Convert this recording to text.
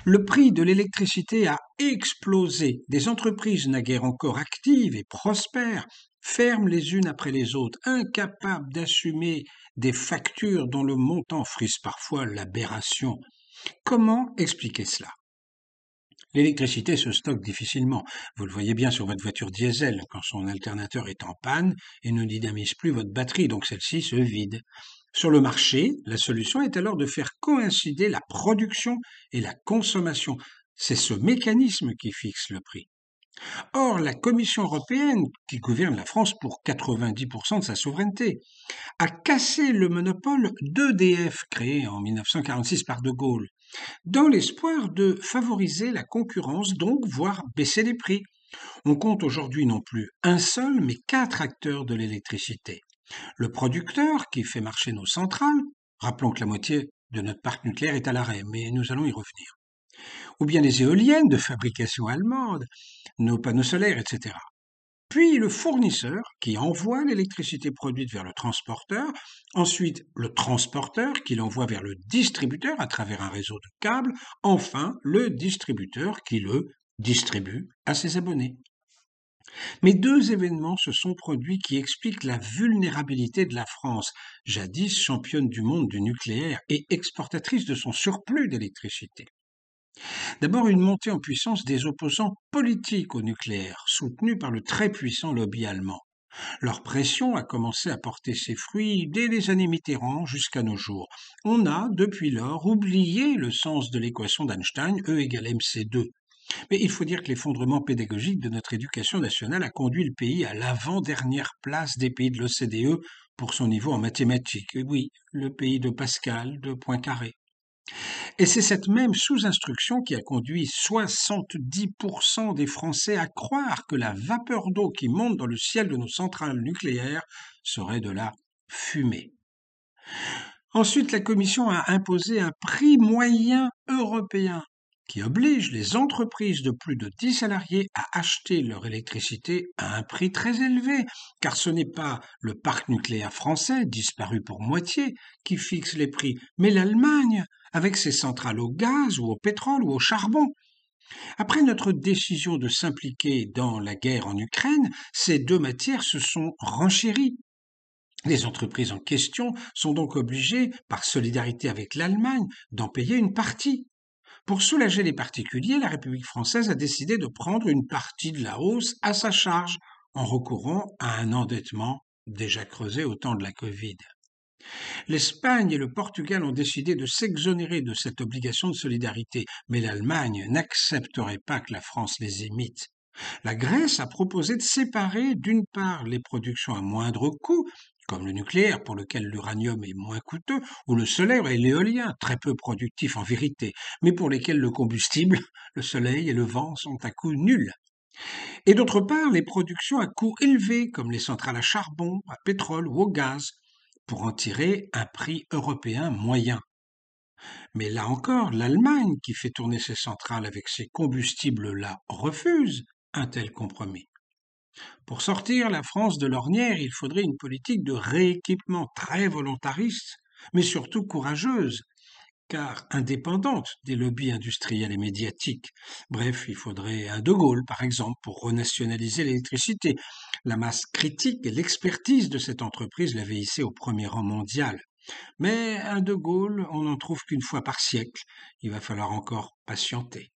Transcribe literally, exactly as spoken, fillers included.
Le prix de l'électricité a explosé. Des entreprises naguère encore actives et prospères ferment les unes après les autres, incapables d'assumer des factures dont le montant frise parfois l'aberration. Comment expliquer cela? L'électricité se stocke difficilement. Vous le voyez bien sur votre voiture diesel, quand son alternateur est en panne et ne dynamise plus votre batterie, donc celle-ci se vide. Sur le marché, la solution est alors de faire coïncider la production et la consommation. C'est ce mécanisme qui fixe le prix. Or, la Commission européenne, qui gouverne la France pour quatre-vingt-dix pour cent de sa souveraineté, a cassé le monopole d'E D F créé en mille neuf cent quarante-six par De Gaulle, dans l'espoir de favoriser la concurrence, donc voire baisser les prix. On compte aujourd'hui non plus un seul, mais quatre acteurs de l'électricité. Le producteur qui fait marcher nos centrales, rappelons que la moitié de notre parc nucléaire est à l'arrêt, mais nous allons y revenir. Ou bien les éoliennes de fabrication allemande, nos panneaux solaires, et cetera. Puis le fournisseur qui envoie l'électricité produite vers le transporteur, ensuite le transporteur qui l'envoie vers le distributeur à travers un réseau de câbles, enfin le distributeur qui le distribue à ses abonnés. Mais deux événements se sont produits qui expliquent la vulnérabilité de la France, jadis championne du monde du nucléaire et exportatrice de son surplus d'électricité. D'abord, une montée en puissance des opposants politiques au nucléaire, soutenus par le très puissant lobby allemand. Leur pression a commencé à porter ses fruits dès les années Mitterrand jusqu'à nos jours. On a, depuis lors, oublié le sens de l'équation d'Einstein, E égale M C deux. Mais il faut dire que l'effondrement pédagogique de notre éducation nationale a conduit le pays à l'avant-dernière place des pays de l'O C D E pour son niveau en mathématiques. Et oui, le pays de Pascal, de Poincaré. Et c'est cette même sous-instruction qui a conduit soixante-dix pour cent des Français à croire que la vapeur d'eau qui monte dans le ciel de nos centrales nucléaires serait de la fumée. Ensuite, la Commission a imposé un prix moyen européen qui oblige les entreprises de plus de dix salariés à acheter leur électricité à un prix très élevé, car ce n'est pas le parc nucléaire français, disparu pour moitié, qui fixe les prix, mais l'Allemagne, avec ses centrales au gaz ou au pétrole ou au charbon. Après notre décision de s'impliquer dans la guerre en Ukraine, ces deux matières se sont renchéries. Les entreprises en question sont donc obligées, par solidarité avec l'Allemagne, d'en payer une partie. Pour soulager les particuliers, la République française a décidé de prendre une partie de la hausse à sa charge, en recourant à un endettement déjà creusé au temps de la Covid. L'Espagne et le Portugal ont décidé de s'exonérer de cette obligation de solidarité, mais l'Allemagne n'accepterait pas que la France les imite. La Grèce a proposé de séparer d'une part les productions à moindre coût, comme le nucléaire pour lequel l'uranium est moins coûteux, ou le solaire et l'éolien, très peu productifs en vérité, mais pour lesquels le combustible, le soleil et le vent sont à coût nul. Et d'autre part, les productions à coût élevé, comme les centrales à charbon, à pétrole ou au gaz, pour en tirer un prix européen moyen. Mais là encore, l'Allemagne, qui fait tourner ses centrales avec ces combustibles-là, refuse un tel compromis. Pour sortir la France de l'ornière, il faudrait une politique de rééquipement très volontariste, mais surtout courageuse, car indépendante des lobbies industriels et médiatiques. Bref, il faudrait un De Gaulle, par exemple, pour renationaliser l'électricité. La masse critique et l'expertise de cette entreprise l'avaient hissé au premier rang mondial. Mais un De Gaulle, on n'en trouve qu'une fois par siècle. Il va falloir encore patienter.